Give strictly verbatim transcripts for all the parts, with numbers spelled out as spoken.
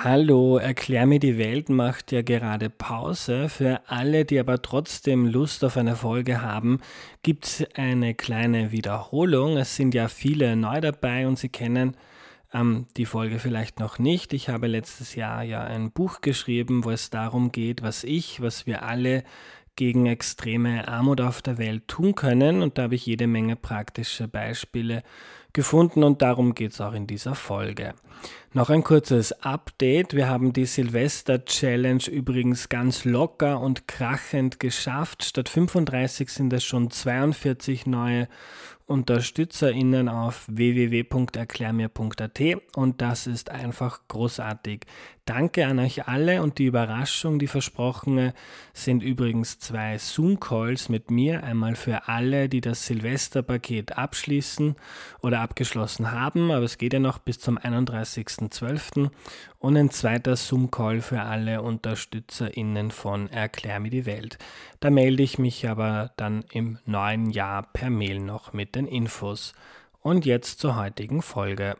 Hallo, Erklär mir die Welt macht ja gerade Pause. Für alle, die aber trotzdem Lust auf eine Folge haben, gibt es eine kleine Wiederholung. Es sind ja viele neu dabei und Sie kennen ähm, die Folge vielleicht noch nicht. Ich habe letztes Jahr ja ein Buch geschrieben, wo es darum geht, was ich, was wir alle gegen extreme Armut auf der Welt tun können. Und da habe ich jede Menge praktische Beispiele gefunden und darum geht es auch in dieser Folge. Noch ein kurzes Update. Wir haben die Silvester-Challenge übrigens ganz locker und krachend geschafft. Statt fünfunddreißig sind es schon zweiundvierzig neue UnterstützerInnen auf w w w punkt erklärmir punkt a t und das ist einfach großartig. Danke an euch alle und die Überraschung, die versprochene, sind übrigens zwei Zoom-Calls mit mir. Einmal für alle, die das Silvesterpaket abschließen oder abgeschlossen haben, aber es geht ja noch bis zum einunddreißigsten zwölften und ein zweiter Zoom-Call für alle UnterstützerInnen von Erklär mir die Welt. Da melde ich mich aber dann im neuen Jahr per Mail noch mit den Infos. Und jetzt zur heutigen Folge.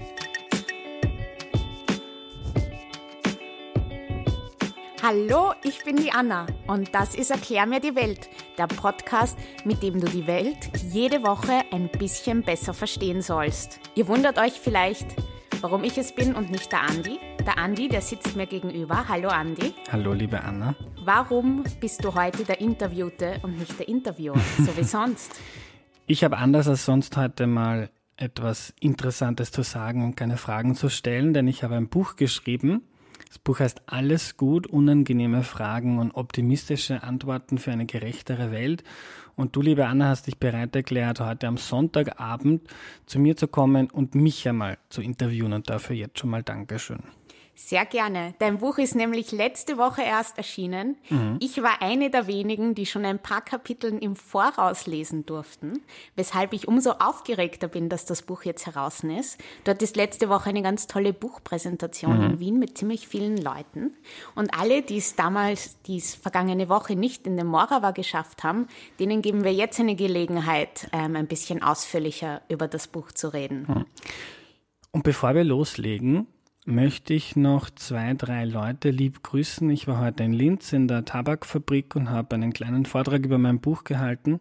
Hallo, ich bin die Anna und das ist Erklär mir die Welt, der Podcast, mit dem du die Welt jede Woche ein bisschen besser verstehen sollst. Ihr wundert euch vielleicht, warum ich es bin und nicht der Andi. Der Andi, der sitzt mir gegenüber. Hallo Andi. Hallo liebe Anna. Warum bist du heute der Interviewte und nicht der Interviewer, so wie sonst? Ich habe anders als sonst heute mal etwas Interessantes zu sagen und keine Fragen zu stellen, denn ich habe ein Buch geschrieben. Das Buch heißt Alles gut, unangenehme Fragen und optimistische Antworten für eine gerechtere Welt. Und du, liebe Anna, hast dich bereit erklärt, heute am Sonntagabend zu mir zu kommen und mich einmal zu interviewen. Und dafür jetzt schon mal Dankeschön. Sehr gerne. Dein Buch ist nämlich letzte Woche erst erschienen. Mhm. Ich war eine der wenigen, die schon ein paar Kapiteln im Voraus lesen durften, weshalb ich umso aufgeregter bin, dass das Buch jetzt heraus ist. Dort ist letzte Woche eine ganz tolle Buchpräsentation mhm. in Wien mit ziemlich vielen Leuten. Und alle, die es damals, die es vergangene Woche nicht in den Morava geschafft haben, denen geben wir jetzt eine Gelegenheit, ähm, ein bisschen ausführlicher über das Buch zu reden. Mhm. Und bevor wir loslegen, möchte ich noch zwei, drei Leute lieb grüßen. Ich war heute in Linz in der Tabakfabrik und habe einen kleinen Vortrag über mein Buch gehalten.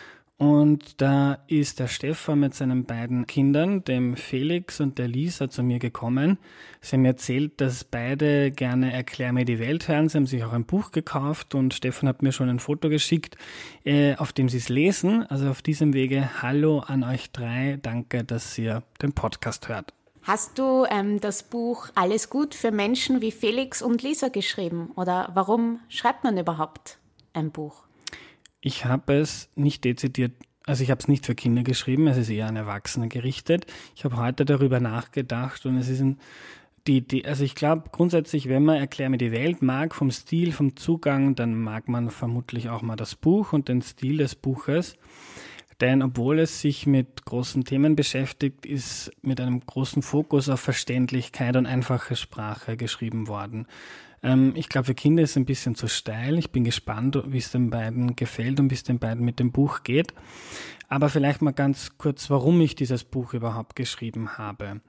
Und da ist der Stefan mit seinen beiden Kindern, dem Felix und der Lisa, zu mir gekommen. Sie haben mir erzählt, dass beide gerne Erklär mir die Welt hören. Sie haben sich auch ein Buch gekauft und Stefan hat mir schon ein Foto geschickt, äh, auf dem sie es lesen. Also auf diesem Wege, hallo an euch drei. Danke, dass ihr den Podcast hört. Hast du ähm, das Buch Alles gut für Menschen wie Felix und Lisa geschrieben? Oder warum schreibt man überhaupt ein Buch? Ich habe es nicht dezidiert, also ich habe es nicht für Kinder geschrieben, es ist eher an Erwachsene gerichtet. Ich habe heute darüber nachgedacht und es ist ein, die, die, also ich glaube grundsätzlich, wenn man Erklär mir die Welt mag, vom Stil, vom Zugang, dann mag man vermutlich auch mal das Buch und den Stil des Buches. Denn obwohl es sich mit großen Themen beschäftigt, ist mit einem großen Fokus auf Verständlichkeit und einfache Sprache geschrieben worden. Ähm, ich glaube, für Kinder ist es ein bisschen zu steil. Ich bin gespannt, wie es den beiden gefällt und wie es den beiden mit dem Buch geht. Aber vielleicht mal ganz kurz, warum ich dieses Buch überhaupt geschrieben habe.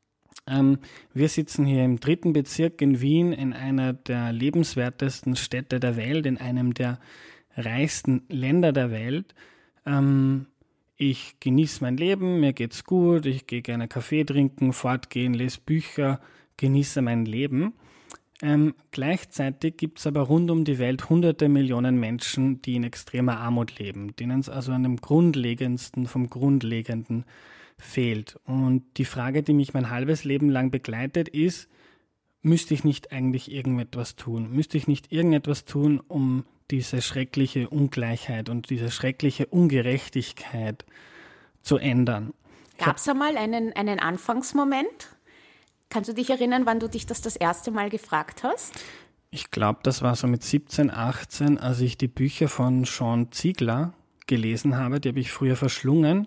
Ähm, wir sitzen hier im dritten Bezirk in Wien, in einer der lebenswertesten Städte der Welt, in einem der reichsten Länder der Welt. Ähm, ich genieße mein Leben, mir geht's gut, ich gehe gerne Kaffee trinken, fortgehen, lese Bücher, genieße mein Leben. Ähm, gleichzeitig gibt's aber rund um die Welt hunderte Millionen Menschen, die in extremer Armut leben, denen es also an dem Grundlegendsten vom Grundlegenden fehlt. Und die Frage, die mich mein halbes Leben lang begleitet, ist, müsste ich nicht eigentlich irgendetwas tun? Müsste ich nicht irgendetwas tun, um diese schreckliche Ungleichheit und diese schreckliche Ungerechtigkeit zu ändern? Gab es einmal einen, einen Anfangsmoment? Kannst du dich erinnern, wann du dich das das erste Mal gefragt hast? Ich glaube, das war so mit siebzehn, achtzehn, als ich die Bücher von Sean Ziegler gelesen habe. Die habe ich früher verschlungen.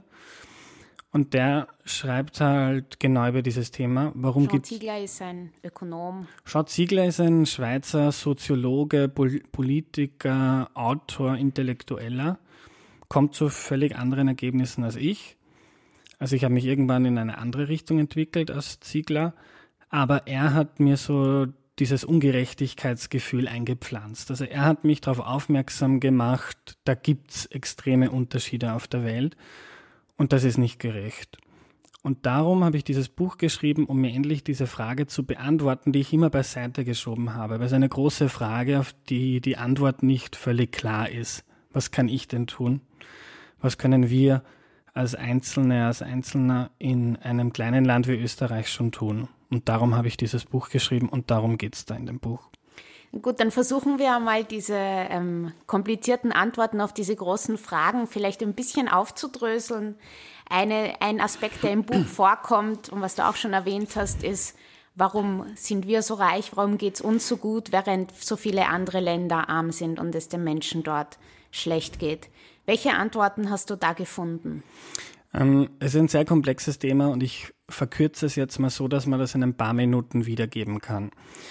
Und der schreibt halt genau über dieses Thema. Warum Sean gibt's Ziegler ist ein Ökonom. Sean Ziegler ist ein Schweizer Soziologe, Pol- Politiker, Autor, Intellektueller. Kommt zu völlig anderen Ergebnissen als ich. Also ich habe mich irgendwann in eine andere Richtung entwickelt als Ziegler. aber er hat mir so dieses Ungerechtigkeitsgefühl eingepflanzt. Also er hat mich darauf aufmerksam gemacht, da gibt's extreme Unterschiede auf der Welt und das ist nicht gerecht. Und darum habe ich dieses Buch geschrieben, um mir endlich diese Frage zu beantworten, die ich immer beiseite geschoben habe. Weil es eine große Frage, auf die die Antwort nicht völlig klar ist. Was kann ich denn tun? Was können wir als Einzelne, als Einzelner in einem kleinen Land wie Österreich schon tun? Und darum habe ich dieses Buch geschrieben und darum geht es da in dem Buch. Gut, dann versuchen wir einmal diese ähm, komplizierten Antworten auf diese großen Fragen vielleicht ein bisschen aufzudröseln. Eine, ein Aspekt, der im Buch vorkommt und was du auch schon erwähnt hast, ist, warum sind wir so reich, warum geht es uns so gut, während so viele andere Länder arm sind und es den Menschen dort schlecht geht. Welche Antworten hast du da gefunden? Ähm, es ist ein sehr komplexes Thema und ich verkürze es jetzt mal so, dass man das in ein paar Minuten wiedergeben kann.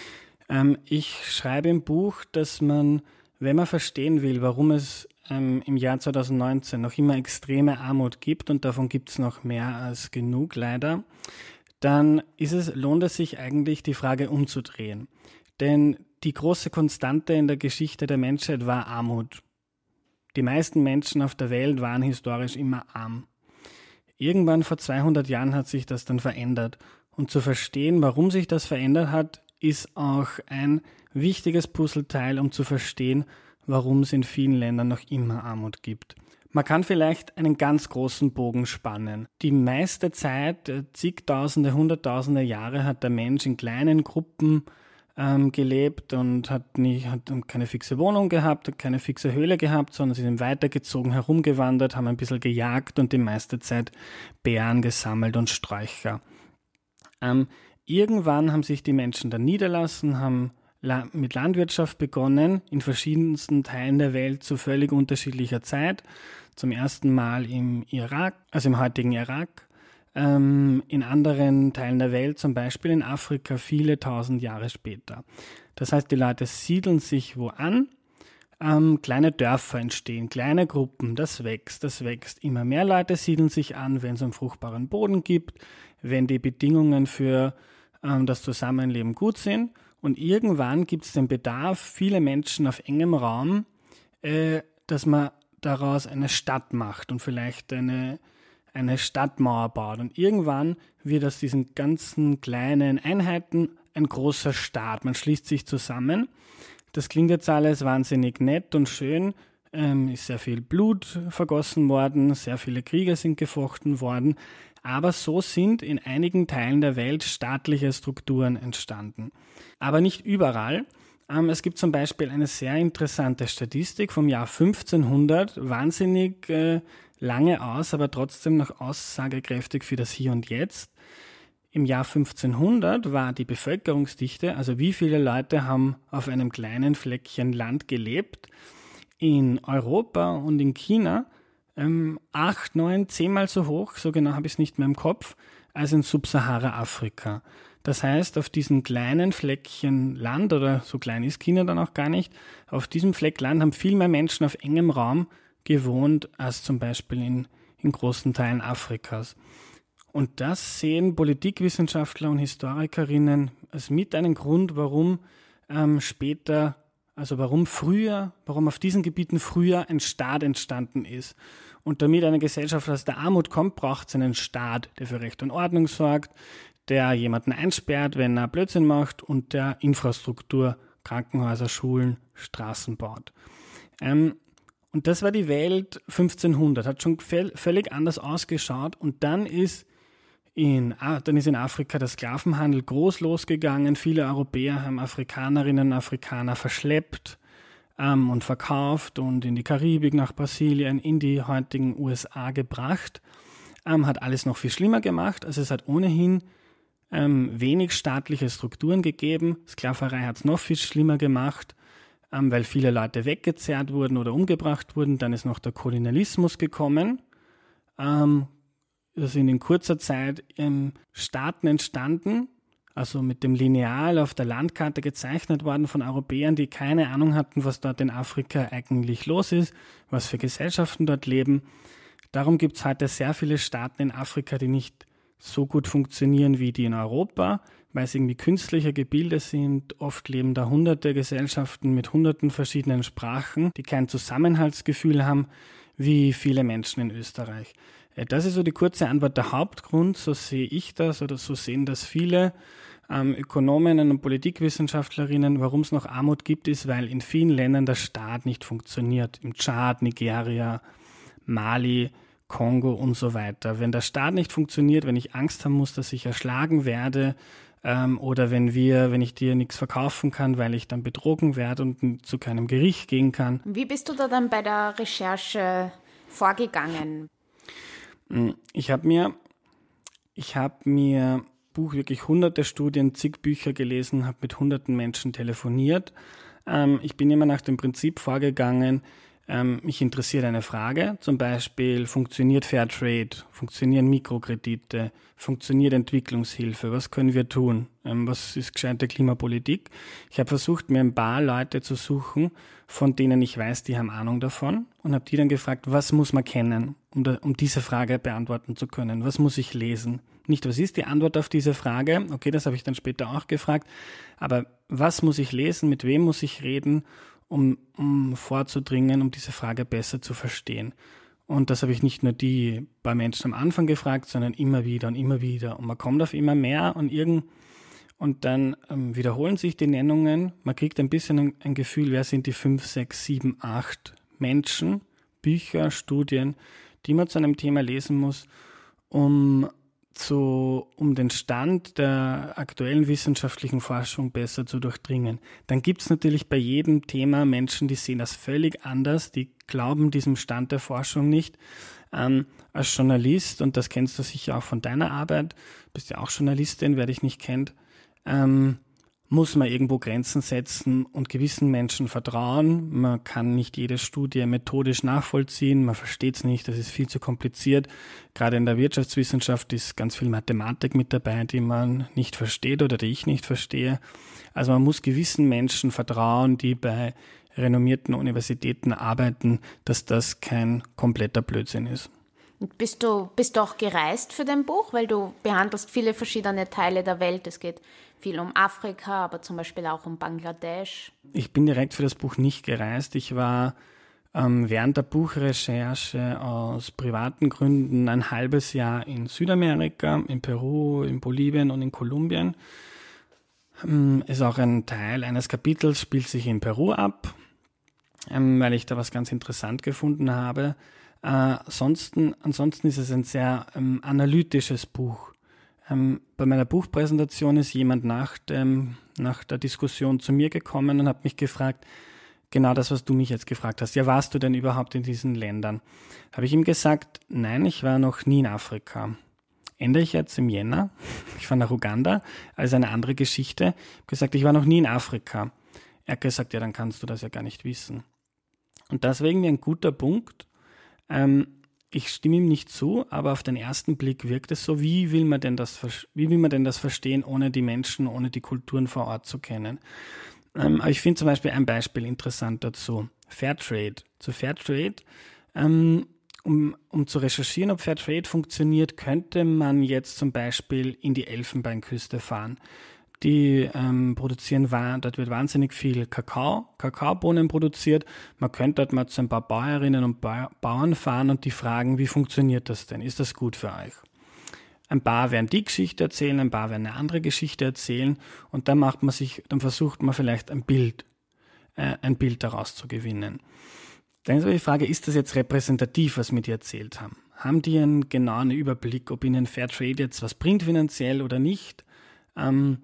Ähm, ich schreibe im Buch, dass man, wenn man verstehen will, warum es ähm, im Jahr zwanzig neunzehn noch immer extreme Armut gibt, und davon gibt es noch mehr als genug leider, dann ist es, lohnt es sich eigentlich, die Frage umzudrehen. Denn die große Konstante in der Geschichte der Menschheit war Armut. Die meisten Menschen auf der Welt waren historisch immer arm. Irgendwann vor zweihundert Jahren hat sich das dann verändert. Und zu verstehen, warum sich das verändert hat, ist auch ein wichtiges Puzzleteil, um zu verstehen, warum es in vielen Ländern noch immer Armut gibt. Man kann vielleicht einen ganz großen Bogen spannen. Die meiste Zeit, zigtausende, hunderttausende Jahre, hat der Mensch in kleinen Gruppen ähm, gelebt und hat, nie, hat keine fixe Wohnung gehabt, hat keine fixe Höhle gehabt, sondern sie sind weitergezogen, herumgewandert, haben ein bisschen gejagt und die meiste Zeit Beeren gesammelt und Sträucher. Ähm, irgendwann haben sich die Menschen dann niederlassen, haben la- mit Landwirtschaft begonnen, in verschiedensten Teilen der Welt zu völlig unterschiedlicher Zeit. Zum ersten Mal im Irak, also im heutigen Irak, ähm, in anderen Teilen der Welt, zum Beispiel in Afrika, viele tausend Jahre später. Das heißt, die Leute siedeln sich wo an, ähm, kleine Dörfer entstehen, kleine Gruppen, das wächst, das wächst. Immer mehr Leute siedeln sich an, wenn es einen fruchtbaren Boden gibt, wenn die Bedingungen für ähm, das Zusammenleben gut sind. Und irgendwann gibt es den Bedarf, viele Menschen auf engem Raum, äh, dass man daraus eine Stadt macht und vielleicht eine, eine Stadtmauer baut. Und irgendwann wird aus diesen ganzen kleinen Einheiten ein großer Staat. Man schließt sich zusammen. Das klingt jetzt alles wahnsinnig nett und schön. Ähm, ist sehr viel Blut vergossen worden, sehr viele Kriege sind gefochten worden. Aber so sind in einigen Teilen der Welt staatliche Strukturen entstanden. Aber nicht überall. Es gibt zum Beispiel eine sehr interessante Statistik vom Jahr fünfzehnhundert, wahnsinnig äh, lange aus, aber trotzdem noch aussagekräftig für das Hier und Jetzt. Im Jahr fünfzehnhundert war die Bevölkerungsdichte, also wie viele Leute haben auf einem kleinen Fleckchen Land gelebt, in Europa und in China ähm, acht, neun, zehnmal so hoch, so genau habe ich es nicht mehr im Kopf, als in Subsahara-Afrika. Das heißt, auf diesem kleinen Fleckchen Land, oder so klein ist China dann auch gar nicht, auf diesem Fleck Land haben viel mehr Menschen auf engem Raum gewohnt, als zum Beispiel in, in großen Teilen Afrikas. Und das sehen Politikwissenschaftler und Historikerinnen als mit einen Grund, warum ähm, später, also warum früher, warum auf diesen Gebieten früher ein Staat entstanden ist. Und damit eine Gesellschaft aus der Armut kommt, braucht es einen Staat, der für Recht und Ordnung sorgt, der jemanden einsperrt, wenn er Blödsinn macht und der Infrastruktur, Krankenhäuser, Schulen, Straßen baut. Ähm, und das war die Welt fünfzehnhundert, hat schon völlig anders ausgeschaut und dann ist in, dann ist in Afrika der Sklavenhandel groß losgegangen. Viele Europäer haben Afrikanerinnen und Afrikaner verschleppt ähm, und verkauft und in die Karibik, nach Brasilien, in die heutigen U S A gebracht. Ähm, hat alles noch viel schlimmer gemacht. Also es hat ohnehin Ähm, wenig staatliche Strukturen gegeben. Sklaverei hat es noch viel schlimmer gemacht, ähm, weil viele Leute weggezerrt wurden oder umgebracht wurden. Dann ist noch der Kolonialismus gekommen. Ähm, da sind in kurzer Zeit ähm, Staaten entstanden, also mit dem Lineal auf der Landkarte gezeichnet worden von Europäern, die keine Ahnung hatten, was dort in Afrika eigentlich los ist, was für Gesellschaften dort leben. Darum gibt es heute sehr viele Staaten in Afrika, die nicht so gut funktionieren wie die in Europa, weil es irgendwie künstliche Gebilde sind. Oft leben da hunderte Gesellschaften mit hunderten verschiedenen Sprachen, die kein Zusammenhaltsgefühl haben, wie viele Menschen in Österreich. Das ist so die kurze Antwort. Der Hauptgrund, so sehe ich das oder so sehen das viele ähm, Ökonominnen und Politikwissenschaftlerinnen, warum es noch Armut gibt, ist, weil in vielen Ländern der Staat nicht funktioniert. Im Tschad, Nigeria, Mali, Kongo und so weiter. Wenn der Staat nicht funktioniert, wenn ich Angst haben muss, dass ich erschlagen werde, ähm, oder wenn wir, wenn ich dir nichts verkaufen kann, weil ich dann betrogen werde und zu keinem Gericht gehen kann. Wie bist du da dann bei der Recherche vorgegangen? Ich habe mir, ich habe mir Buch wirklich hunderte Studien, zig Bücher gelesen, habe mit hunderten Menschen telefoniert. Ähm, ich bin immer nach dem Prinzip vorgegangen, ähm, mich interessiert eine Frage, zum Beispiel funktioniert Fairtrade, funktionieren Mikrokredite, funktioniert Entwicklungshilfe, was können wir tun, ähm, was ist gescheite Klimapolitik. Ich habe versucht, mir ein paar Leute zu suchen, von denen ich weiß, die haben Ahnung davon und habe die dann gefragt, was muss man kennen, um, da, um diese Frage beantworten zu können, was muss ich lesen. Nicht, was ist die Antwort auf diese Frage, okay, das habe ich dann später auch gefragt, aber was muss ich lesen, mit wem muss ich reden, um, um vorzudringen, um diese Frage besser zu verstehen. Und das habe ich nicht nur die bei Menschen am Anfang gefragt, sondern immer wieder und immer wieder. Und man kommt auf immer mehr und irgend und dann ähm, wiederholen sich die Nennungen. Man kriegt ein bisschen ein, ein Gefühl, wer sind die fünf, sechs, sieben, acht Menschen, Bücher, Studien, die man zu einem Thema lesen muss, um zu, um den Stand der aktuellen wissenschaftlichen Forschung besser zu durchdringen. Dann gibt es natürlich bei jedem Thema Menschen, die sehen das völlig anders, die glauben diesem Stand der Forschung nicht. Ähm, als Journalist, und das kennst du sicher auch von deiner Arbeit, bist ja auch Journalistin, wer dich nicht kennt, ähm, muss man irgendwo Grenzen setzen und gewissen Menschen vertrauen. Man kann nicht jede Studie methodisch nachvollziehen, man versteht es nicht, das ist viel zu kompliziert. Gerade in der Wirtschaftswissenschaft ist ganz viel Mathematik mit dabei, die man nicht versteht oder die ich nicht verstehe. Also man muss gewissen Menschen vertrauen, die bei renommierten Universitäten arbeiten, dass das kein kompletter Blödsinn ist. Bist du, bist du auch gereist für dein Buch? Weil du behandelst viele verschiedene Teile der Welt. Es geht viel um Afrika, aber zum Beispiel auch um Bangladesch. Ich bin direkt für das Buch nicht gereist. Ich war ähm, während der Buchrecherche aus privaten Gründen ein halbes Jahr in Südamerika, in Peru, in Bolivien und in Kolumbien. Ähm, ist auch ein Teil eines Kapitels, spielt sich in Peru ab, ähm, weil ich da was ganz interessant gefunden habe. Äh, ansonsten, ansonsten ist es ein sehr ähm, analytisches Buch. Ähm, bei meiner Buchpräsentation ist jemand nach, dem, nach der Diskussion zu mir gekommen und hat mich gefragt, genau das, was du mich jetzt gefragt hast. Ja, warst du denn überhaupt in diesen Ländern? Habe ich ihm gesagt, nein, ich war noch nie in Afrika. Ändere ich jetzt im Jänner. Ich fahre nach Uganda, also eine andere Geschichte. Ich habe gesagt, ich war noch nie in Afrika. Er hat gesagt, ja, dann kannst du das ja gar nicht wissen. Und deswegen mir ein guter Punkt. Ähm, ich stimme ihm nicht zu, aber auf den ersten Blick wirkt es so, wie will man denn das, wie will man denn das verstehen, ohne die Menschen, ohne die Kulturen vor Ort zu kennen? Ähm, aber ich finde zum Beispiel ein Beispiel interessant dazu. Fairtrade. Zu Fairtrade, ähm, um, um zu recherchieren, ob Fairtrade funktioniert, könnte man jetzt zum Beispiel in die Elfenbeinküste fahren. Die ähm, produzieren, dort wird wahnsinnig viel Kakao, Kakaobohnen produziert. Man könnte dort mal zu ein paar Bäuerinnen und ba- Bauern fahren und die fragen, wie funktioniert das denn? Ist das gut für euch? Ein paar werden die Geschichte erzählen, ein paar werden eine andere Geschichte erzählen und dann macht man sich, dann versucht man vielleicht ein Bild, äh, ein Bild daraus zu gewinnen. Dann ist aber die Frage, ist das jetzt repräsentativ, was wir dir erzählt haben? Haben die einen genauen Überblick, ob ihnen Fairtrade jetzt was bringt finanziell oder nicht? Ähm,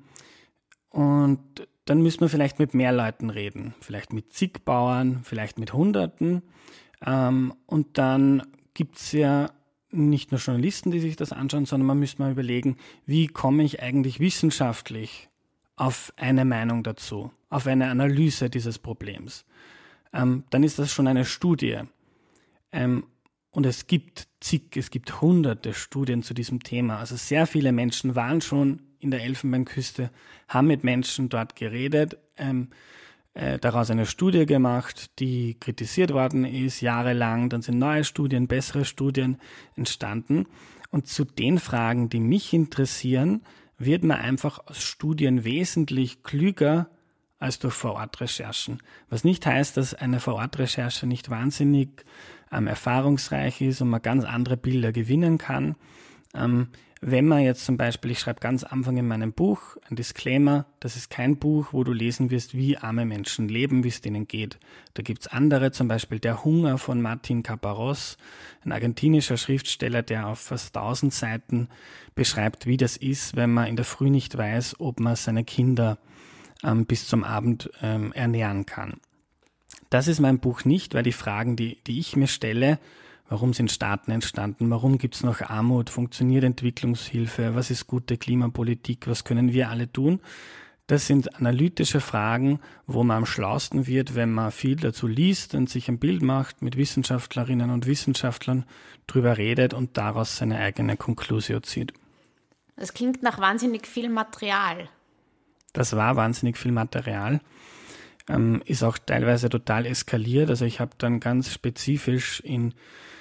Und dann müssen wir vielleicht mit mehr Leuten reden, vielleicht mit zig Bauern, vielleicht mit Hunderten. Ähm, und dann gibt es ja nicht nur Journalisten, die sich das anschauen, sondern man müsste mal überlegen, wie komme ich eigentlich wissenschaftlich auf eine Meinung dazu, auf eine Analyse dieses Problems. Ähm, dann ist das schon eine Studie. Ähm, und es gibt zig, es gibt hunderte Studien zu diesem Thema. Also sehr viele Menschen waren schon in der Elfenbeinküste, haben mit Menschen dort geredet, ähm, äh, daraus eine Studie gemacht, die kritisiert worden ist, jahrelang. Dann sind neue Studien, bessere Studien entstanden. Und zu den Fragen, die mich interessieren, wird man einfach aus Studien wesentlich klüger als durch Vor-Ort-Recherchen. Was nicht heißt, dass eine Vor-Ort-Recherche nicht wahnsinnig ähm, erfahrungsreich ist und man ganz andere Bilder gewinnen kann. Ähm, wenn man jetzt zum Beispiel, ich schreibe ganz am Anfang in meinem Buch ein Disclaimer, das ist kein Buch, wo du lesen wirst, wie arme Menschen leben, wie es denen geht. Da gibt's andere, zum Beispiel Der Hunger von Martin Caparrós, ein argentinischer Schriftsteller, der auf fast tausend Seiten beschreibt, wie das ist, wenn man in der Früh nicht weiß, ob man seine Kinder ähm, bis zum Abend ähm, ernähren kann. Das ist mein Buch nicht, weil die Fragen, die, die ich mir stelle, warum sind Staaten entstanden? Warum gibt es noch Armut? Funktioniert Entwicklungshilfe? Was ist gute Klimapolitik? Was können wir alle tun? Das sind analytische Fragen, wo man am schlausten wird, wenn man viel dazu liest und sich ein Bild macht, mit Wissenschaftlerinnen und Wissenschaftlern drüber redet und daraus seine eigene Konklusio zieht. Das klingt nach wahnsinnig viel Material. Das war wahnsinnig viel Material. Ähm, ist auch teilweise total eskaliert. Also ich habe dann ganz spezifisch in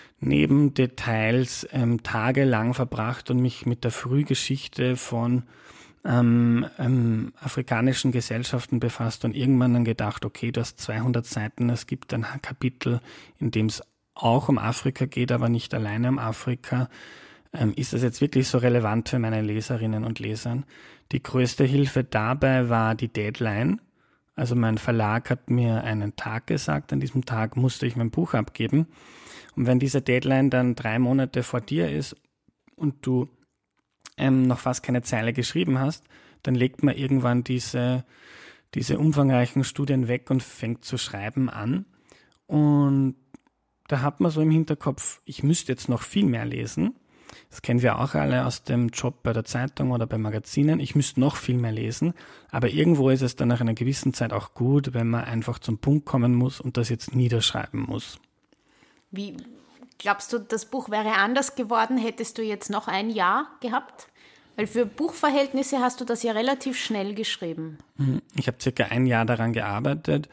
Nebendetails ähm, tagelang verbracht und mich mit der Frühgeschichte von ähm, ähm, afrikanischen Gesellschaften befasst und irgendwann dann gedacht, okay, du hast zweihundert Seiten, es gibt ein Kapitel, in dem es auch um Afrika geht, aber nicht alleine um Afrika. Ähm, ist das jetzt wirklich so relevant für meine Leserinnen und Lesern? Die größte Hilfe dabei war die Deadline. Also mein Verlag hat mir einen Tag gesagt, an diesem Tag musste ich mein Buch abgeben. Und wenn diese Deadline dann drei Monate vor dir ist und du ähm, noch fast keine Zeile geschrieben hast, dann legt man irgendwann diese, diese umfangreichen Studien weg und fängt zu schreiben an. Und da hat man so im Hinterkopf, ich müsste jetzt noch viel mehr lesen. Das kennen wir auch alle aus dem Job bei der Zeitung oder bei Magazinen. Ich müsste noch viel mehr lesen, aber irgendwo ist es dann nach einer gewissen Zeit auch gut, wenn man einfach zum Punkt kommen muss und das jetzt niederschreiben muss. Wie glaubst du, das Buch wäre anders geworden, hättest du jetzt noch ein Jahr gehabt? Weil für Buchverhältnisse hast du das ja relativ schnell geschrieben. Ich habe circa ein Jahr daran gearbeitet,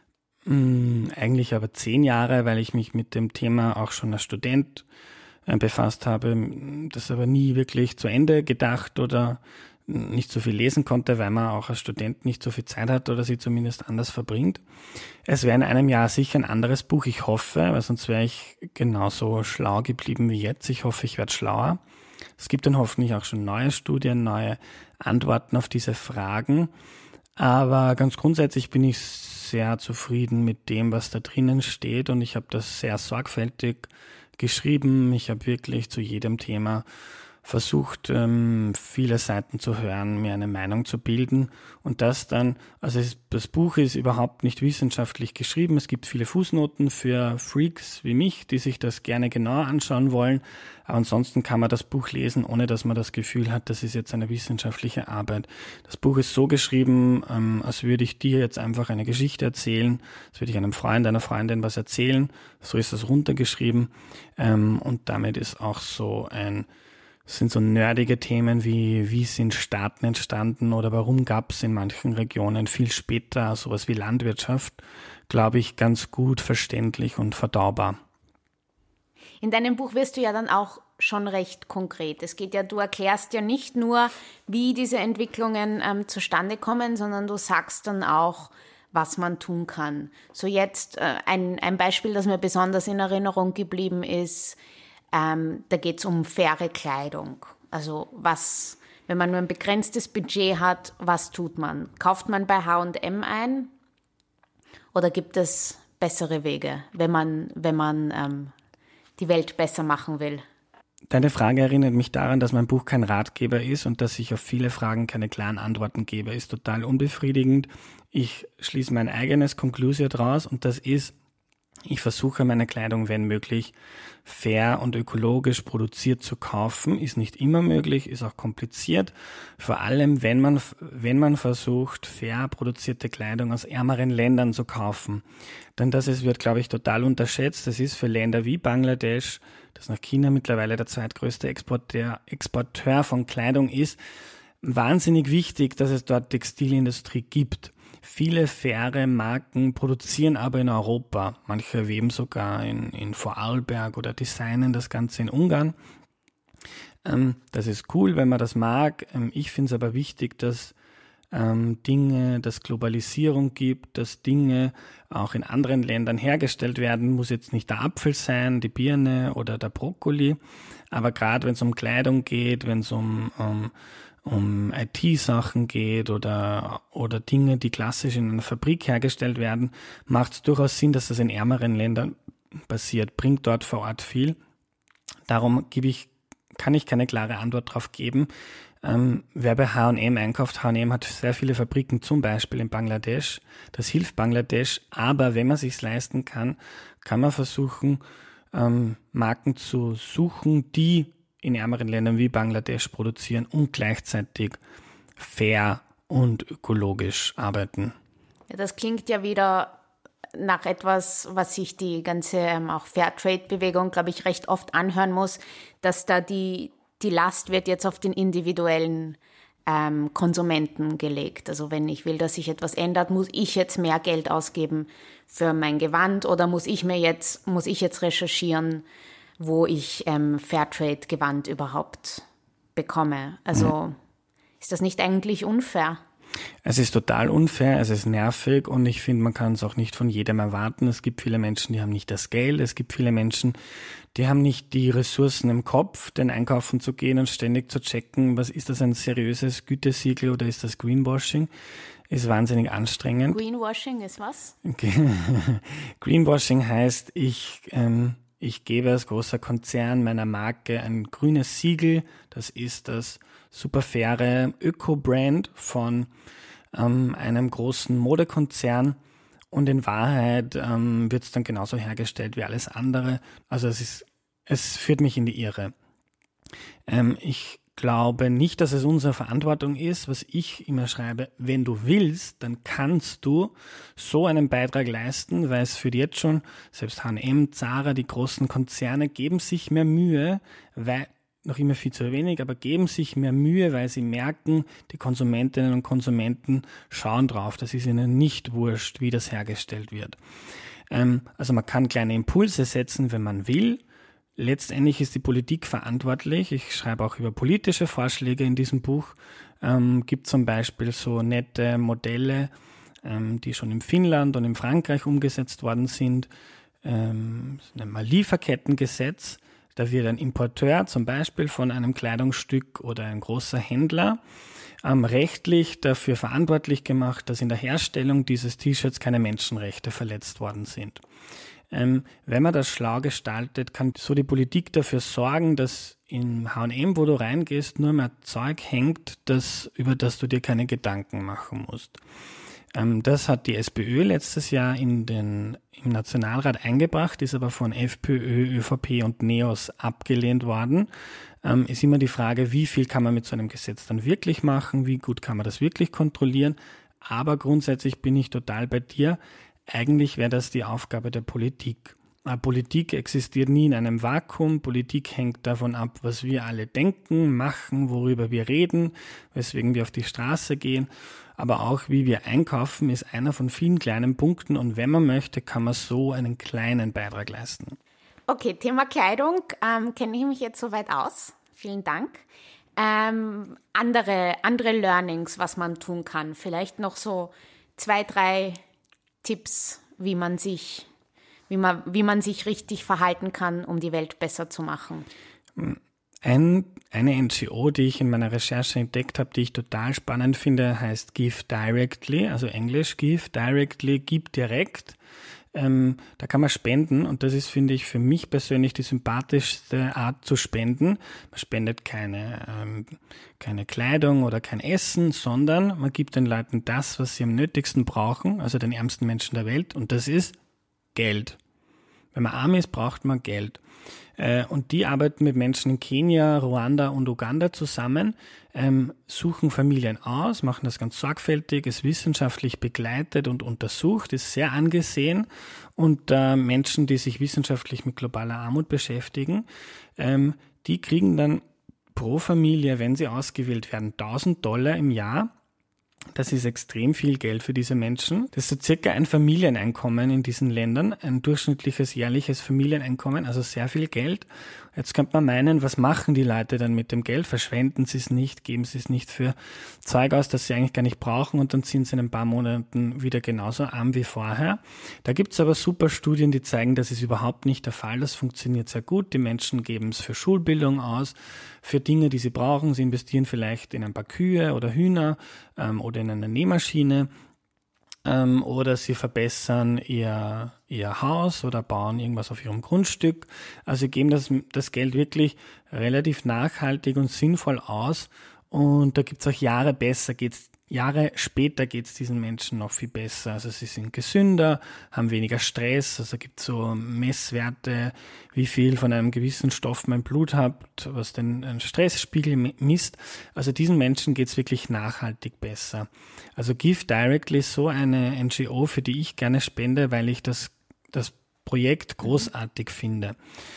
eigentlich aber zehn Jahre, weil ich mich mit dem Thema auch schon als Student befasst habe, das aber nie wirklich zu Ende gedacht oder nicht so viel lesen konnte, weil man auch als Student nicht so viel Zeit hat oder sie zumindest anders verbringt. Es wäre in einem Jahr sicher ein anderes Buch, ich hoffe, weil sonst wäre ich genauso schlau geblieben wie jetzt. Ich hoffe, ich werde schlauer. Es gibt dann hoffentlich auch schon neue Studien, neue Antworten auf diese Fragen. Aber ganz grundsätzlich bin ich sehr zufrieden mit dem, was da drinnen steht und ich habe das sehr sorgfältig geschrieben. Ich habe wirklich zu jedem Thema versucht, ähm, viele Seiten zu hören, mir eine Meinung zu bilden und das dann, also es, das Buch ist überhaupt nicht wissenschaftlich geschrieben. Es gibt viele Fußnoten für Freaks wie mich, die sich das gerne genauer anschauen wollen, aber ansonsten kann man das Buch lesen, ohne dass man das Gefühl hat, das ist jetzt eine wissenschaftliche Arbeit. Das Buch ist so geschrieben, ähm, als würde ich dir jetzt einfach eine Geschichte erzählen, als würde ich einem Freund, einer Freundin was erzählen, so ist das runtergeschrieben ähm, und damit ist auch so ein Das sind so nerdige Themen wie, wie sind Staaten entstanden oder warum gab es in manchen Regionen viel später sowas wie Landwirtschaft, glaube ich, ganz gut verständlich und verdaubar. In deinem Buch wirst du ja dann auch schon recht konkret. Es geht ja, du erklärst ja nicht nur, wie diese Entwicklungen ähm, zustande kommen, sondern du sagst dann auch, was man tun kann. So jetzt äh, ein, ein Beispiel, das mir besonders in Erinnerung geblieben ist, Ähm, da geht es um faire Kleidung. Also was, wenn man nur ein begrenztes Budget hat, was tut man? Kauft man bei H und M ein oder gibt es bessere Wege, wenn man, wenn man ähm, die Welt besser machen will? Deine Frage erinnert mich daran, dass mein Buch kein Ratgeber ist und dass ich auf viele Fragen keine klaren Antworten gebe. Ist total unbefriedigend. Ich schließe mein eigenes Konklusio draus und das ist, ich versuche meine Kleidung, wenn möglich, fair und ökologisch produziert zu kaufen. Ist nicht immer möglich, ist auch kompliziert. Vor allem, wenn man, wenn man versucht, fair produzierte Kleidung aus ärmeren Ländern zu kaufen. Denn das ist, wird, glaube ich, total unterschätzt. Das ist für Länder wie Bangladesch, das nach China mittlerweile der zweitgrößte Exporteur, Exporteur von Kleidung ist, wahnsinnig wichtig, dass es dort Textilindustrie gibt. Viele faire Marken produzieren aber in Europa. Manche weben sogar in, in Vorarlberg oder designen das Ganze in Ungarn. Ähm, das ist cool, wenn man das mag. Ähm, ich finde es aber wichtig, dass ähm, Dinge, dass Globalisierung gibt, dass Dinge auch in anderen Ländern hergestellt werden. Muss jetzt nicht der Apfel sein, die Birne oder der Brokkoli, aber gerade wenn es um Kleidung geht, wenn es um, um, um I T-Sachen geht oder, oder Dinge, die klassisch in einer Fabrik hergestellt werden, macht es durchaus Sinn, dass das in ärmeren Ländern passiert, bringt dort vor Ort viel. Darum gebe ich, kann ich keine klare Antwort darauf geben. Ähm, wer bei H und M einkauft, H und M hat sehr viele Fabriken, zum Beispiel in Bangladesch. Das hilft Bangladesch, aber wenn man es sich leisten kann, kann man versuchen, ähm, Marken zu suchen, die in ärmeren Ländern wie Bangladesch produzieren und gleichzeitig fair und ökologisch arbeiten. Ja, das klingt ja wieder nach etwas, was sich die ganze ähm, auch Fairtrade-Bewegung, glaube ich, recht oft anhören muss, dass da die, die Last wird jetzt auf den individuellen ähm, Konsumenten gelegt. Also wenn ich will, dass sich etwas ändert, muss ich jetzt mehr Geld ausgeben für mein Gewand oder muss ich mir jetzt, muss ich jetzt recherchieren, wo ich ähm, Fairtrade-Gewand überhaupt bekomme. Also mhm. Ist das nicht eigentlich unfair? Es ist total unfair, es ist nervig und ich finde, man kann es auch nicht von jedem erwarten. Es gibt viele Menschen, die haben nicht das Geld, es gibt viele Menschen, die haben nicht die Ressourcen im Kopf, den einkaufen zu gehen und ständig zu checken, was ist das ein seriöses Gütesiegel oder ist das Greenwashing? Ist wahnsinnig anstrengend. Greenwashing ist was? Okay. Greenwashing heißt, ich, ähm, ich gebe als großer Konzern meiner Marke ein grünes Siegel, das ist das super faire Öko-Brand von ähm, einem großen Modekonzern und in Wahrheit ähm, wird es dann genauso hergestellt wie alles andere. Also es ist, es führt mich in die Irre. Ähm, ich glaube nicht, dass es unsere Verantwortung ist, was ich immer schreibe, wenn du willst, dann kannst du so einen Beitrag leisten, weil es für die jetzt schon, selbst H und M, Zara, die großen Konzerne geben sich mehr Mühe, weil noch immer viel zu wenig, aber geben sich mehr Mühe, weil sie merken, die Konsumentinnen und Konsumenten schauen drauf. Das ist ihnen nicht wurscht, wie das hergestellt wird. Ähm, also man kann kleine Impulse setzen, wenn man will. Letztendlich ist die Politik verantwortlich. Ich schreibe auch über politische Vorschläge in diesem Buch. Ähm, gibt zum Beispiel so nette Modelle, ähm, die schon in Finnland und in Frankreich umgesetzt worden sind. Ähm, das nennt man Lieferkettengesetz. Da wird ein Importeur zum Beispiel von einem Kleidungsstück oder ein großer Händler ähm, rechtlich dafür verantwortlich gemacht, dass in der Herstellung dieses T-Shirts keine Menschenrechte verletzt worden sind. Ähm, wenn man das schlau gestaltet, kann so die Politik dafür sorgen, dass in H und M, wo du reingehst, nur mehr Zeug hängt, das, über das du dir keine Gedanken machen musst. Ähm, das hat die SPÖ letztes Jahr in den, im Nationalrat eingebracht, ist aber von FPÖ, ÖVP und NEOS abgelehnt worden. Ähm, ist immer die Frage, wie viel kann man mit so einem Gesetz dann wirklich machen, wie gut kann man das wirklich kontrollieren. Aber grundsätzlich bin ich total bei dir. Eigentlich wäre das die Aufgabe der Politik. Aber Politik existiert nie in einem Vakuum. Politik hängt davon ab, was wir alle denken, machen, worüber wir reden, weswegen wir auf die Straße gehen. Aber auch wie wir einkaufen, ist einer von vielen kleinen Punkten. Und wenn man möchte, kann man so einen kleinen Beitrag leisten. Okay, Thema Kleidung ähm, kenne ich mich jetzt soweit aus. Vielen Dank. Ähm, andere, andere Learnings, was man tun kann. Vielleicht noch so zwei, drei Tipps, wie man sich, wie man, wie man sich richtig verhalten kann, um die Welt besser zu machen. Ein, eine N G O, die ich in meiner Recherche entdeckt habe, die ich total spannend finde, heißt Give Directly, also Englisch Give Directly, gib direkt. Ähm, da kann man spenden und das ist, finde ich, für mich persönlich die sympathischste Art zu spenden. Man spendet keine, ähm, keine Kleidung oder kein Essen, sondern man gibt den Leuten das, was sie am nötigsten brauchen, also den ärmsten Menschen der Welt, und das ist Geld. Wenn man arm ist, braucht man Geld. Und die arbeiten mit Menschen in Kenia, Ruanda und Uganda zusammen, ähm, suchen Familien aus, machen das ganz sorgfältig, ist wissenschaftlich begleitet und untersucht, ist sehr angesehen. Und äh, Menschen, die sich wissenschaftlich mit globaler Armut beschäftigen, ähm, die kriegen dann pro Familie, wenn sie ausgewählt werden, tausend Dollar im Jahr. Das ist extrem viel Geld für diese Menschen. Das ist so circa ein Familieneinkommen in diesen Ländern, ein durchschnittliches jährliches Familieneinkommen, also sehr viel Geld. Jetzt könnte man meinen, was machen die Leute dann mit dem Geld? Verschwenden sie es nicht, geben sie es nicht für Zeug aus, das sie eigentlich gar nicht brauchen und dann sind sie in ein paar Monaten wieder genauso arm wie vorher. Da gibt es aber super Studien, die zeigen, das ist überhaupt nicht der Fall. Das funktioniert sehr gut. Die Menschen geben es für Schulbildung aus, für Dinge, die sie brauchen. Sie investieren vielleicht in ein paar Kühe oder Hühner ähm, oder in eine Nähmaschine. Oder sie verbessern ihr, ihr Haus oder bauen irgendwas auf ihrem Grundstück. Also sie geben das, das Geld wirklich relativ nachhaltig und sinnvoll aus. Und da gibt es auch Jahre besser, geht's, Jahre später geht es diesen Menschen noch viel besser. Also sie sind gesünder, haben weniger Stress. Also es gibt so Messwerte, wie viel von einem gewissen Stoff mein Blut hat, was den Stressspiegel misst. Also diesen Menschen geht es wirklich nachhaltig besser. Also Give Directly ist so eine N G O, für die ich gerne spende, weil ich das, das Projekt großartig finde.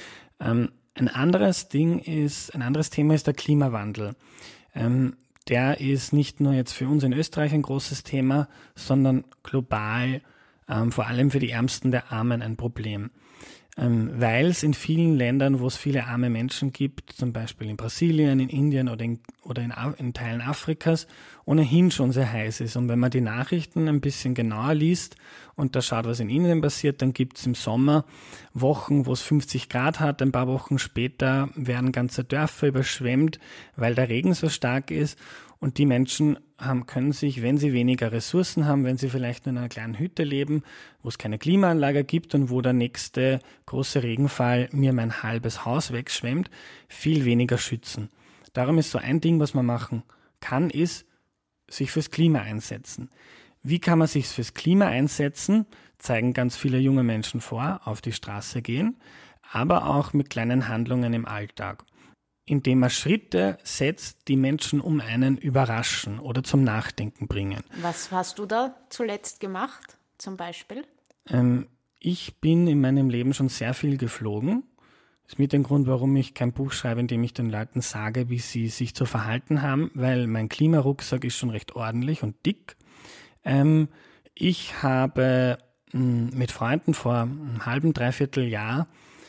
Ähm, ein anderes Ding ist, ein anderes Thema ist der Klimawandel. Ähm, der ist nicht nur jetzt für uns in Österreich ein großes Thema, sondern global, ähm, vor allem für die Ärmsten der Armen ein Problem. Ähm, weil es in vielen Ländern, wo es viele arme Menschen gibt, zum Beispiel in Brasilien, in Indien oder in, oder in, in Teilen Afrikas, ohnehin schon sehr heiß ist. Und wenn man die Nachrichten ein bisschen genauer liest und da schaut, was in Indien passiert, dann gibt es im Sommer Wochen, wo es fünfzig Grad hat. Ein paar Wochen später werden ganze Dörfer überschwemmt, weil der Regen so stark ist. Und die Menschen haben, können sich, wenn sie weniger Ressourcen haben, wenn sie vielleicht nur in einer kleinen Hütte leben, wo es keine Klimaanlage gibt und wo der nächste große Regenfall mir mein halbes Haus wegschwemmt, viel weniger schützen. Darum ist so ein Ding, was man machen kann, ist, sich fürs Klima einsetzen. Wie kann man sich fürs Klima einsetzen? Zeigen ganz viele junge Menschen vor, auf die Straße gehen, aber auch mit kleinen Handlungen im Alltag, indem man Schritte setzt, die Menschen um einen überraschen oder zum Nachdenken bringen. Was hast du da zuletzt gemacht, zum Beispiel? Ähm, ich bin in meinem Leben schon sehr viel geflogen. Das ist mit dem Grund, warum ich kein Buch schreibe, in dem ich den Leuten sage, wie sie sich zu verhalten haben, weil mein Klimarucksack ist schon recht ordentlich und dick. Ähm, ich habe mh, mit Freunden vor einem halben, dreiviertel Jahr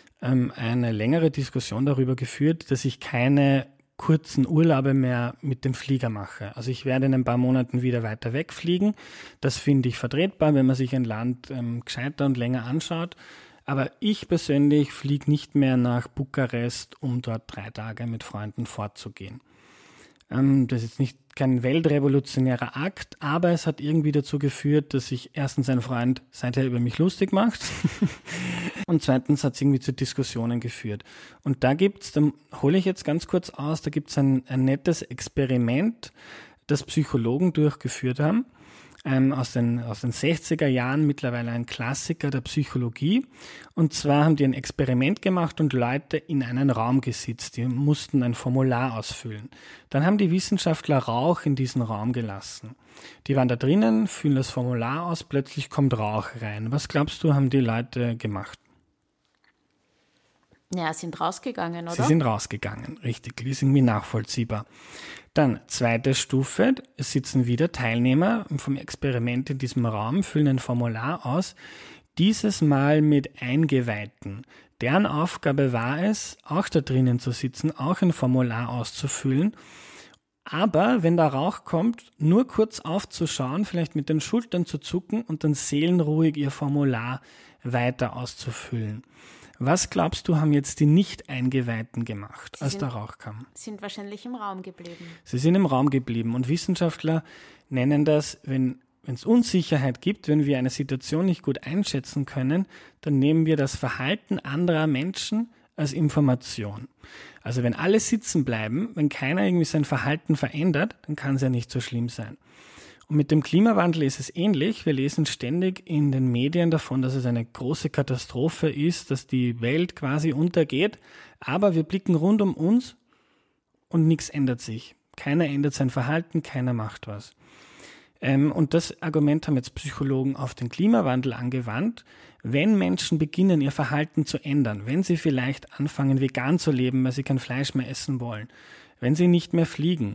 eine längere Diskussion darüber geführt, dass ich keine kurzen Urlaube mehr mit dem Flieger mache. Also ich werde in ein paar Monaten wieder weiter wegfliegen. Das finde ich vertretbar, wenn man sich ein Land ähm, gescheiter und länger anschaut. Aber ich persönlich fliege nicht mehr nach Bukarest, um dort drei Tage mit Freunden fortzugehen. Ähm, das ist jetzt nicht kein weltrevolutionärer Akt, aber es hat irgendwie dazu geführt, dass sich erstens ein Freund seither über mich lustig macht und zweitens hat es irgendwie zu Diskussionen geführt. Und da gibt's, da hole ich jetzt ganz kurz aus, da gibt's ein, ein nettes Experiment, das Psychologen durchgeführt haben, ähm, aus den, aus den sechziger Jahren, mittlerweile ein Klassiker der Psychologie. Und zwar haben die ein Experiment gemacht und Leute in einen Raum gesetzt. Die mussten ein Formular ausfüllen. Dann haben die Wissenschaftler Rauch in diesen Raum gelassen. Die waren da drinnen, füllen das Formular aus, plötzlich kommt Rauch rein. Was glaubst du, haben die Leute gemacht? Ja, sind rausgegangen, oder? Sie sind rausgegangen, richtig. Das ist irgendwie nachvollziehbar. Dann zweite Stufe, es sitzen wieder Teilnehmer vom Experiment in diesem Raum, füllen ein Formular aus, dieses Mal mit Eingeweihten. Deren Aufgabe war es, auch da drinnen zu sitzen, auch ein Formular auszufüllen, aber wenn da Rauch kommt, nur kurz aufzuschauen, vielleicht mit den Schultern zu zucken und dann seelenruhig ihr Formular weiter auszufüllen. Was glaubst du, haben jetzt die Nicht-Eingeweihten gemacht, Sie als sind, der Rauch kam? Sind wahrscheinlich im Raum geblieben. Sie sind im Raum geblieben und Wissenschaftler nennen das, wenn wenn es Unsicherheit gibt, wenn wir eine Situation nicht gut einschätzen können, dann nehmen wir das Verhalten anderer Menschen als Information. Also wenn alle sitzen bleiben, wenn keiner irgendwie sein Verhalten verändert, dann kann es ja nicht so schlimm sein. Und mit dem Klimawandel ist es ähnlich. Wir lesen ständig in den Medien davon, dass es eine große Katastrophe ist, dass die Welt quasi untergeht. Aber wir blicken rund um uns und nichts ändert sich. Keiner ändert sein Verhalten, keiner macht was. Ähm, und das Argument haben jetzt Psychologen auf den Klimawandel angewandt. Wenn Menschen beginnen, ihr Verhalten zu ändern, wenn sie vielleicht anfangen, vegan zu leben, weil sie kein Fleisch mehr essen wollen, wenn sie nicht mehr fliegen,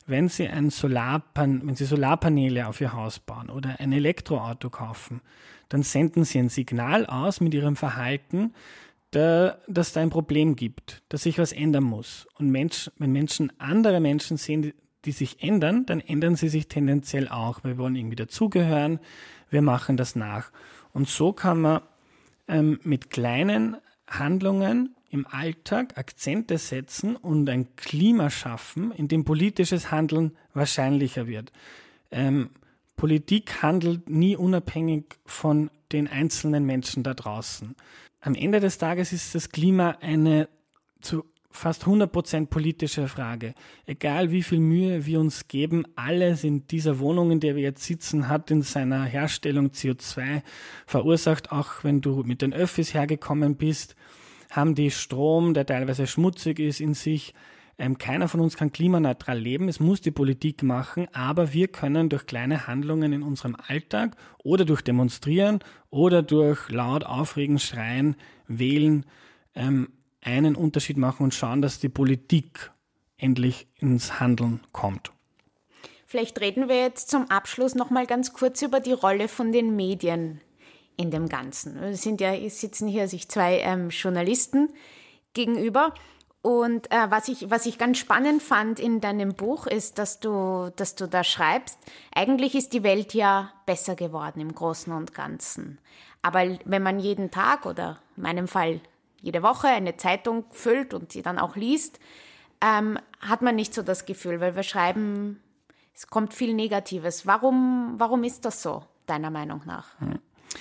wenn Sie ein Solarpan- wenn Sie Solarpaneele auf Ihr Haus bauen oder ein Elektroauto kaufen, dann senden Sie ein Signal aus mit Ihrem Verhalten, da, dass da ein Problem gibt, dass sich was ändern muss. Und Mensch, wenn Menschen andere Menschen sehen, die, die sich ändern, dann ändern sie sich tendenziell auch. Wir wollen irgendwie dazugehören, wir machen das nach. Und so kann man ähm, mit kleinen Handlungen im Alltag Akzente setzen und ein Klima schaffen, in dem politisches Handeln wahrscheinlicher wird. Ähm, Politik handelt nie unabhängig von den einzelnen Menschen da draußen. Am Ende des Tages ist das Klima eine zu fast hundert Prozent politische Frage. Egal wie viel Mühe wir uns geben, alles in dieser Wohnung, in der wir jetzt sitzen, hat in seiner Herstellung C O zwei verursacht. Auch wenn du mit den Öffis hergekommen bist, haben die Strom, der teilweise schmutzig ist in sich. Ähm, keiner von uns kann klimaneutral leben. Es muss die Politik machen, aber wir können durch kleine Handlungen in unserem Alltag oder durch Demonstrieren oder durch laut aufregen, schreien, wählen, ähm, einen Unterschied machen und schauen, dass die Politik endlich ins Handeln kommt. Vielleicht reden wir jetzt zum Abschluss noch mal ganz kurz über die Rolle von den Medien in dem Ganzen. Es sind ja, es sitzen hier sich zwei ähm, Journalisten gegenüber. Und äh, was ich, was ich ganz spannend fand in deinem Buch ist, dass du, dass du da schreibst, eigentlich ist die Welt ja besser geworden im Großen und Ganzen. Aber wenn man jeden Tag oder in meinem Fall jede Woche eine Zeitung füllt und sie dann auch liest, ähm, hat man nicht so das Gefühl, weil wir schreiben, es kommt viel Negatives. Warum, warum ist das so, deiner Meinung nach? Hm.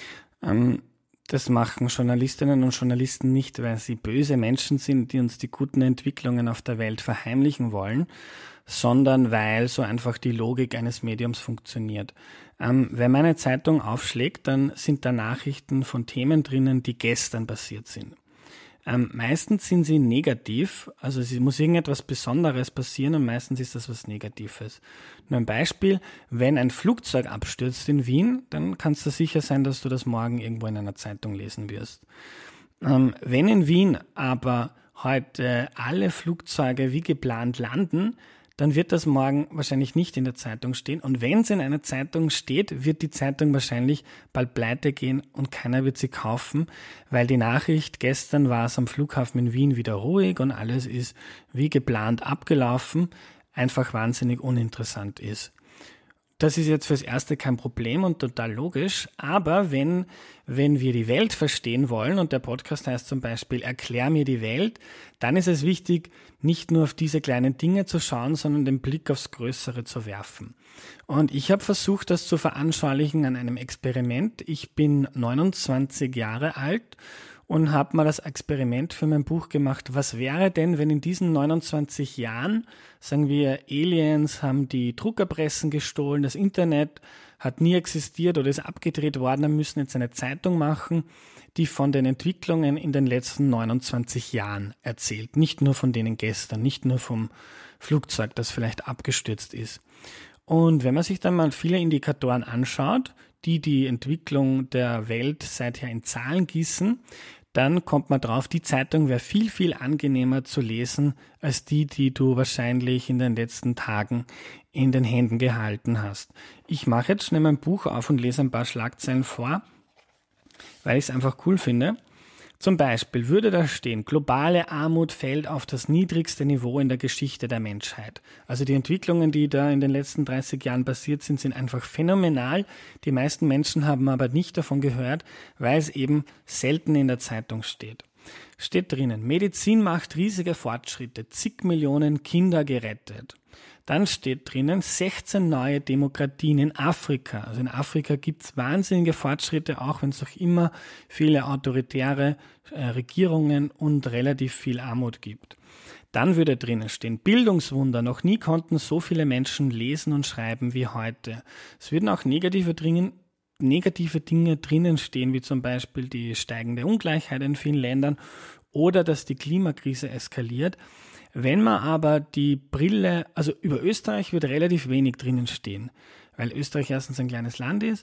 Ähm, das machen Journalistinnen und Journalisten nicht, weil sie böse Menschen sind, die uns die guten Entwicklungen auf der Welt verheimlichen wollen, sondern weil so einfach die Logik eines Mediums funktioniert. Ähm, wenn man eine Zeitung aufschlägt, dann sind da Nachrichten von Themen drinnen, die gestern passiert sind. Ähm, meistens sind sie negativ, also es muss irgendetwas Besonderes passieren und meistens ist das was Negatives. Nur ein Beispiel, wenn ein Flugzeug abstürzt in Wien, dann kannst du sicher sein, dass du das morgen irgendwo in einer Zeitung lesen wirst. Ähm, wenn in Wien aber heute alle Flugzeuge wie geplant landen, dann wird das morgen wahrscheinlich nicht in der Zeitung stehen. Und wenn es in einer Zeitung steht, wird die Zeitung wahrscheinlich bald pleite gehen und keiner wird sie kaufen, weil die Nachricht, gestern war es am Flughafen in Wien wieder ruhig und alles ist wie geplant abgelaufen, einfach wahnsinnig uninteressant ist. Das ist jetzt fürs Erste kein Problem und total logisch, aber wenn, wenn wir die Welt verstehen wollen, und der Podcast heißt zum Beispiel Erklär mir die Welt, dann ist es wichtig, nicht nur auf diese kleinen Dinge zu schauen, sondern den Blick aufs Größere zu werfen. Und ich habe versucht, das zu veranschaulichen an einem Experiment. Ich bin neunundzwanzig Jahre alt und habe mal das Experiment für mein Buch gemacht. Was wäre denn, wenn in diesen neunundzwanzig Jahren, sagen wir, Aliens haben die Druckerpressen gestohlen, das Internet hat nie existiert oder ist abgedreht worden, dann müssen jetzt eine Zeitung machen, die von den Entwicklungen in den letzten neunundzwanzig Jahren erzählt. Nicht nur von denen gestern, nicht nur vom Flugzeug, das vielleicht abgestürzt ist. Und wenn man sich dann mal viele Indikatoren anschaut, die die Entwicklung der Welt seither in Zahlen gießen, dann kommt man drauf, die Zeitung wäre viel, viel angenehmer zu lesen als die, die du wahrscheinlich in den letzten Tagen in den Händen gehalten hast. Ich mache jetzt schnell mein Buch auf und lese ein paar Schlagzeilen vor, weil ich es einfach cool finde. Zum Beispiel würde da stehen, globale Armut fällt auf das niedrigste Niveau in der Geschichte der Menschheit. Also die Entwicklungen, die da in den letzten dreißig Jahren passiert sind, sind einfach phänomenal. Die meisten Menschen haben aber nicht davon gehört, weil es eben selten in der Zeitung steht. Steht drinnen, Medizin macht riesige Fortschritte, zig Millionen Kinder gerettet. Dann steht drinnen, sechzehn neue Demokratien in Afrika. Also in Afrika gibt es wahnsinnige Fortschritte, auch wenn es noch immer viele autoritäre äh, Regierungen und relativ viel Armut gibt. Dann würde drinnen stehen, Bildungswunder. Noch nie konnten so viele Menschen lesen und schreiben wie heute. Es würden auch negative, dringen, negative Dinge drinnen stehen, wie zum Beispiel die steigende Ungleichheit in vielen Ländern oder dass die Klimakrise eskaliert. Wenn man aber die Brille, also über Österreich wird relativ wenig drinnen stehen, weil Österreich erstens ein kleines Land ist,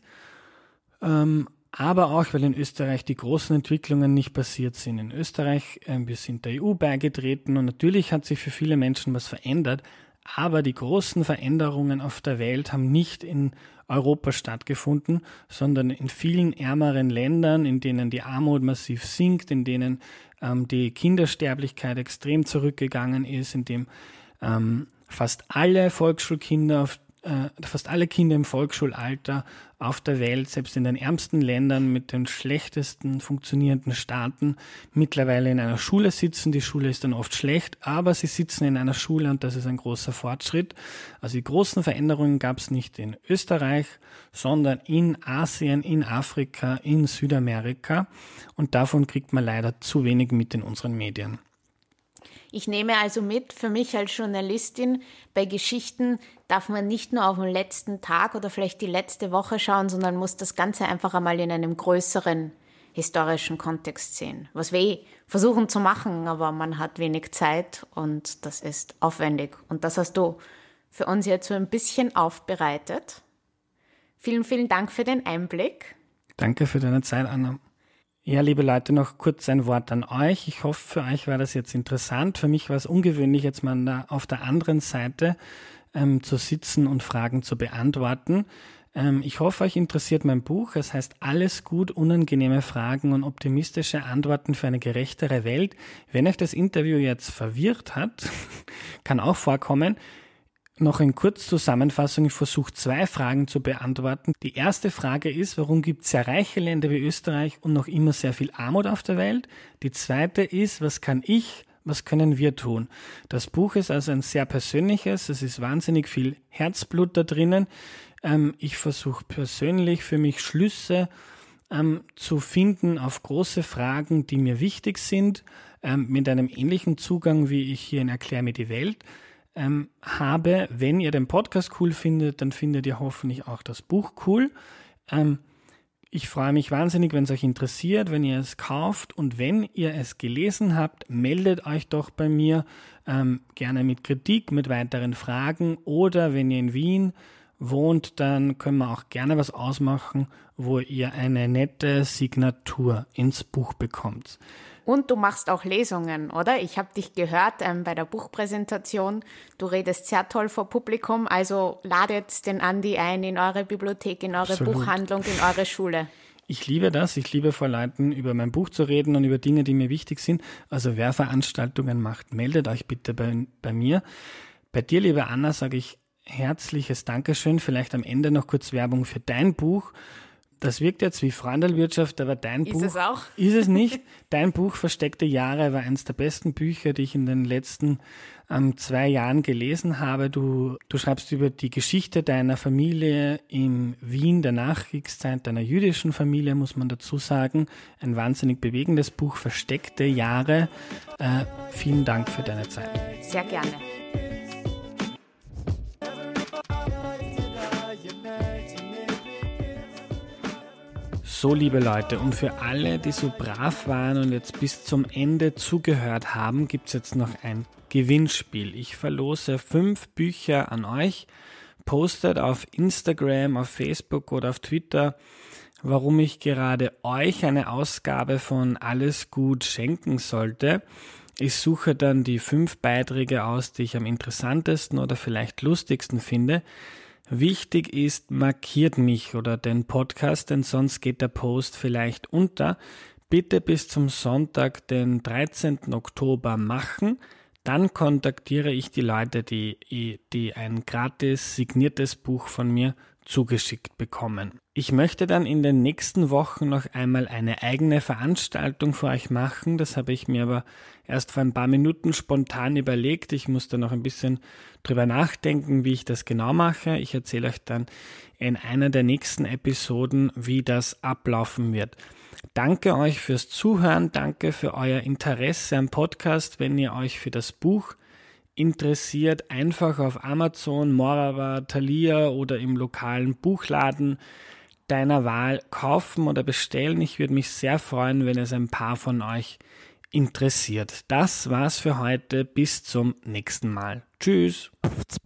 ähm, aber auch, weil in Österreich die großen Entwicklungen nicht passiert sind. In Österreich, äh, wir sind der E U beigetreten und natürlich hat sich für viele Menschen was verändert, Aber die großen Veränderungen auf der Welt haben nicht in Europa stattgefunden, sondern in vielen ärmeren Ländern, in denen die Armut massiv sinkt, in denen ähm, die Kindersterblichkeit extrem zurückgegangen ist, in dem ähm, fast alle Volksschulkinder auf fast alle Kinder im Volksschulalter auf der Welt, selbst in den ärmsten Ländern mit den schlechtesten funktionierenden Staaten, mittlerweile in einer Schule sitzen. Die Schule ist dann oft schlecht, aber sie sitzen in einer Schule und das ist ein großer Fortschritt. Also die großen Veränderungen gab es nicht in Österreich, sondern in Asien, in Afrika, in Südamerika und davon kriegt man leider zu wenig mit in unseren Medien. Ich nehme also mit, für mich als Journalistin, bei Geschichten darf man nicht nur auf den letzten Tag oder vielleicht die letzte Woche schauen, sondern muss das Ganze einfach einmal in einem größeren historischen Kontext sehen. Was wir eh versuchen zu machen, aber man hat wenig Zeit und das ist aufwendig. Und das hast du für uns jetzt so ein bisschen aufbereitet. Vielen, vielen Dank für den Einblick. Danke für deine Zeit, Anna. Ja, liebe Leute, noch kurz ein Wort an euch. Ich hoffe, für euch war das jetzt interessant. Für mich war es ungewöhnlich, jetzt mal da auf der anderen Seite ähm, zu sitzen und Fragen zu beantworten. Ähm, ich hoffe, euch interessiert mein Buch. Es heißt Alles gut, unangenehme Fragen und optimistische Antworten für eine gerechtere Welt. Wenn euch das Interview jetzt verwirrt hat, kann auch vorkommen, noch in Kurzzusammenfassung, ich versuche zwei Fragen zu beantworten. Die erste Frage ist, warum gibt es sehr reiche Länder wie Österreich und noch immer sehr viel Armut auf der Welt? Die zweite ist, was kann ich, was können wir tun? Das Buch ist also ein sehr persönliches, es ist wahnsinnig viel Herzblut da drinnen. Ähm, ich versuche persönlich für mich Schlüsse ähm, zu finden auf große Fragen, die mir wichtig sind, ähm, mit einem ähnlichen Zugang, wie ich hier in Erklär mir die Welt Ähm, habe. Wenn ihr den Podcast cool findet, dann findet ihr hoffentlich auch das Buch cool. Ähm, ich freue mich wahnsinnig, wenn es euch interessiert, wenn ihr es kauft und wenn ihr es gelesen habt, meldet euch doch bei mir, ähm, gerne mit Kritik, mit weiteren Fragen oder wenn ihr in Wien wohnt, dann können wir auch gerne was ausmachen, wo ihr eine nette Signatur ins Buch bekommt. Und du machst auch Lesungen, oder? Ich habe dich gehört ähm, bei der Buchpräsentation. Du redest sehr toll vor Publikum, also ladet den Andi ein in eure Bibliothek, in eure Absolut. Buchhandlung, in eure Schule. Ich liebe das. Ich liebe vor Leuten über mein Buch zu reden und über Dinge, die mir wichtig sind. Also wer Veranstaltungen macht, meldet euch bitte bei, bei mir. Bei dir, liebe Anna, sage ich herzliches Dankeschön. Vielleicht am Ende noch kurz Werbung für dein Buch. Das wirkt jetzt wie Freundelwirtschaft, aber dein ist Buch... Ist es auch? Ist es nicht. Dein Buch Versteckte Jahre war eines der besten Bücher, die ich in den letzten ähm, zwei Jahren gelesen habe. Du, du schreibst über die Geschichte deiner Familie in Wien der Nachkriegszeit, deiner jüdischen Familie, muss man dazu sagen. Ein wahnsinnig bewegendes Buch, Versteckte Jahre. Äh, vielen Dank für deine Zeit. Sehr gerne. So, liebe Leute, und für alle, die so brav waren und jetzt bis zum Ende zugehört haben, gibt es jetzt noch ein Gewinnspiel. Ich verlose fünf Bücher an euch, postet auf Instagram, auf Facebook oder auf Twitter, warum ich gerade euch eine Ausgabe von Alles gut schenken sollte. Ich suche dann die fünf Beiträge aus, die ich am interessantesten oder vielleicht lustigsten finde. Wichtig ist, markiert mich oder den Podcast, denn sonst geht der Post vielleicht unter. Bitte bis zum Sonntag, den dreizehnten Oktober machen. Dann kontaktiere ich die Leute, die, die ein gratis signiertes Buch von mir zugeschickt bekommen. Ich möchte dann in den nächsten Wochen noch einmal eine eigene Veranstaltung für euch machen. Das habe ich mir aber erst vor ein paar Minuten spontan überlegt. Ich muss da noch ein bisschen drüber nachdenken, wie ich das genau mache. Ich erzähle euch dann in einer der nächsten Episoden, wie das ablaufen wird. Danke euch fürs Zuhören. Danke für euer Interesse am Podcast. Wenn ihr euch für das Buch interessiert, einfach auf Amazon, Morava, Thalia oder im lokalen Buchladen deiner Wahl kaufen oder bestellen. Ich würde mich sehr freuen, wenn es ein paar von euch interessiert. Das war's für heute. Bis zum nächsten Mal. Tschüss.